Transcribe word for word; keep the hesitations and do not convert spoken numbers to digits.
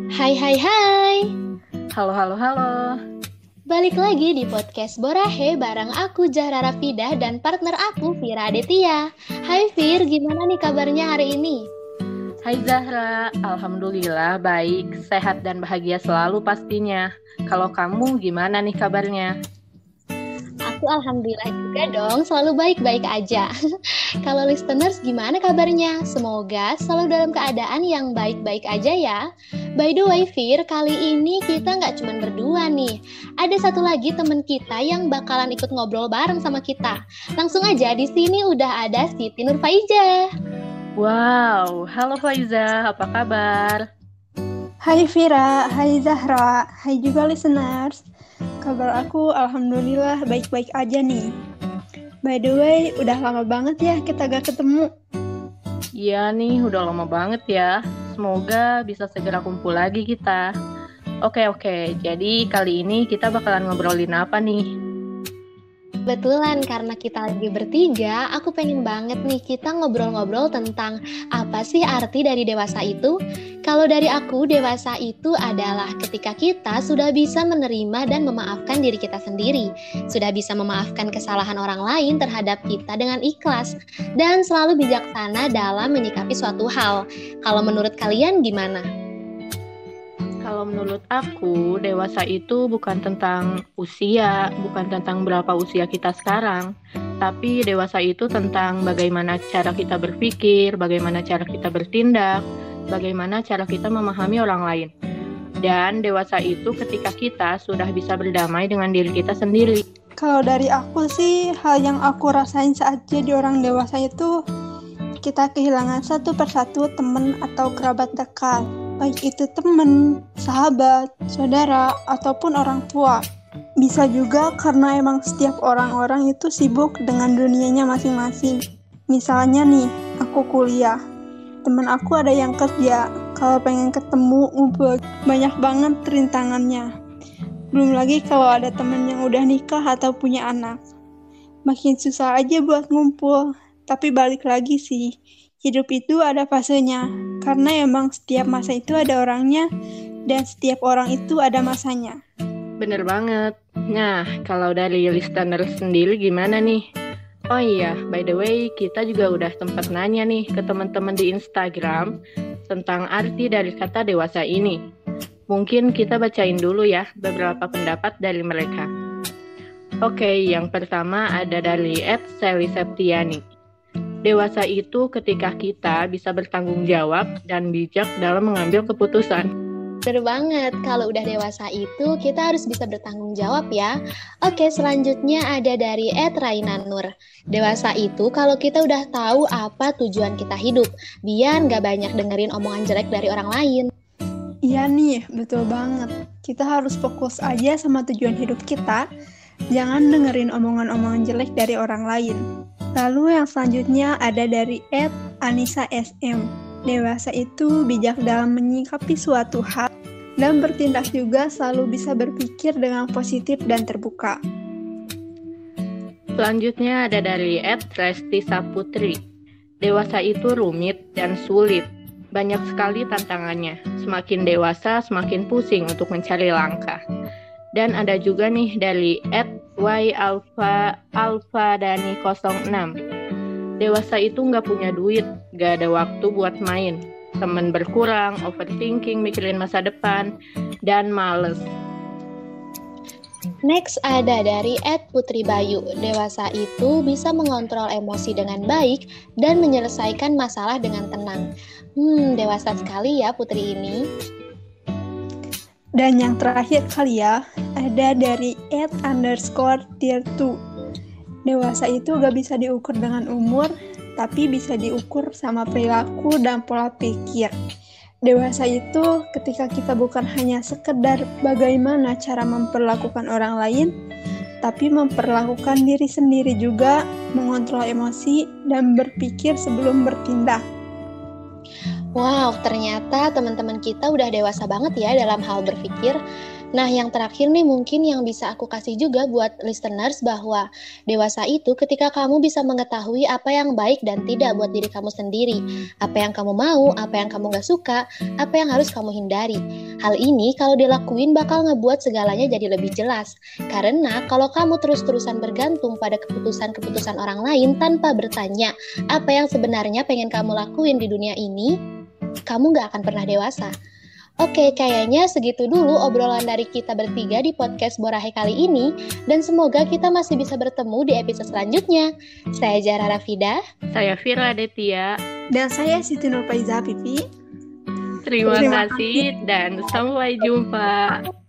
Hai hai hai, Halo, halo, halo. balik lagi di podcast Borahe bareng aku Zahra Rafidah dan partner aku Vira Aditya. Hai Vir, gimana nih kabarnya hari ini? Hai Zahra, Alhamdulillah baik, sehat dan bahagia selalu pastinya. Kalau kamu gimana nih kabarnya? Aku alhamdulillah juga dong, selalu baik-baik aja. Kalau listeners gimana kabarnya? Semoga selalu dalam keadaan yang baik-baik aja ya. By the way Vir, kali ini kita nggak cuma berdua nih. Ada satu lagi temen kita yang bakalan ikut ngobrol bareng sama kita. Langsung aja di sini udah ada Siti Nurfaiza. Wow, halo Faiza, apa kabar? Hai Vira, hai Zahra, hai juga listeners. Kabar aku alhamdulillah baik-baik aja nih. By the way, udah lama banget ya kita gak ketemu. Iya nih, udah lama banget ya. Semoga bisa segera kumpul lagi kita. Oke, oke. Jadi kali ini kita bakalan ngobrolin apa nih? Kebetulan karena kita lagi bertiga, aku pengen banget nih kita ngobrol-ngobrol tentang apa sih arti dari dewasa itu. Kalau dari aku, dewasa itu adalah ketika kita sudah bisa menerima dan memaafkan diri kita sendiri, sudah bisa memaafkan kesalahan orang lain terhadap kita dengan ikhlas, dan selalu bijaksana dalam menyikapi suatu hal. Kalau menurut kalian gimana? Kalau menurut aku, dewasa itu bukan tentang usia, bukan tentang berapa usia kita sekarang, tapi dewasa itu tentang bagaimana cara kita berpikir, bagaimana cara kita bertindak, bagaimana cara kita memahami orang lain. Dan dewasa itu ketika kita sudah bisa berdamai dengan diri kita sendiri. Kalau dari aku sih, hal yang aku rasain saat jadi orang dewasa itu kita kehilangan satu persatu teman atau kerabat dekat. Baik itu teman, sahabat, saudara, ataupun orang tua. Bisa juga karena emang setiap orang-orang itu sibuk dengan dunianya masing-masing. Misalnya nih, aku kuliah. Temen aku ada yang kerja. Kalau pengen ketemu, ngumpul, banyak banget rintangannya. Belum lagi kalau ada temen yang udah nikah atau punya anak. Makin susah aja buat ngumpul. Tapi balik lagi sih, hidup itu ada fasenya. Karena emang setiap masa itu ada orangnya, dan setiap orang itu ada masanya. Bener banget. Nah, kalau dari listener sendiri gimana nih? Oh iya, by the way, kita juga udah sempat nanya nih ke teman-teman di Instagram tentang arti dari kata dewasa ini. Mungkin kita bacain dulu ya beberapa pendapat dari mereka. Oke, yang pertama ada dari et sally septiani. Dewasa itu ketika kita bisa bertanggung jawab dan bijak dalam mengambil keputusan. Bener banget, kalau udah dewasa itu kita harus bisa bertanggung jawab ya. Oke, selanjutnya ada dari et Raina Nur. Dewasa itu kalau kita udah tahu apa tujuan kita hidup, biar gak banyak dengerin omongan jelek dari orang lain. Iya nih, betul banget. Kita harus fokus aja sama tujuan hidup kita. Jangan dengerin omongan-omongan jelek dari orang lain. Lalu yang selanjutnya ada dari et Anissa S M. Dewasa itu bijak dalam menyikapi suatu hal dan bertindak juga selalu bisa berpikir dengan positif dan terbuka. Selanjutnya ada dari et Resti Saputri. Dewasa itu rumit dan sulit. Banyak sekali tantangannya. Semakin dewasa, semakin pusing untuk mencari langkah. Dan ada juga nih dari et Y Alpha Alpha Dani nol enam. Dewasa itu nggak punya duit, nggak ada waktu buat main. Temen berkurang, overthinking, mikirin masa depan, dan males. Next ada dari et Putri Bayu. Dewasa itu bisa mengontrol emosi dengan baik dan menyelesaikan masalah dengan tenang. Hmm, dewasa sekali ya Putri ini. Dan yang terakhir kali ya, ada dari et underscore tier two. Dewasa itu gak bisa diukur dengan umur, tapi bisa diukur sama perilaku dan pola pikir. Dewasa itu ketika kita bukan hanya sekedar bagaimana cara memperlakukan orang lain, tapi memperlakukan diri sendiri juga, mengontrol emosi, dan berpikir sebelum bertindak. Wow, ternyata teman-teman kita udah dewasa banget ya dalam hal berpikir. Nah, yang terakhir nih mungkin yang bisa aku kasih juga buat listeners bahwa dewasa itu ketika kamu bisa mengetahui apa yang baik dan tidak buat diri kamu sendiri, apa yang kamu mau, apa yang kamu gak suka, apa yang harus kamu hindari. Hal ini kalau dilakuin bakal ngebuat segalanya jadi lebih jelas. Karena kalau kamu terus-terusan bergantung pada keputusan-keputusan orang lain tanpa bertanya apa yang sebenarnya pengen kamu lakuin di dunia ini, kamu gak akan pernah dewasa. Oke, kayaknya segitu dulu obrolan dari kita bertiga di podcast Borahe kali ini, dan semoga kita masih bisa bertemu di episode selanjutnya. Saya Zahra Rafida. Saya Vira Detia. Dan saya Siti Nurfaiza Pipi. Terima, Terima kasih dan sampai jumpa.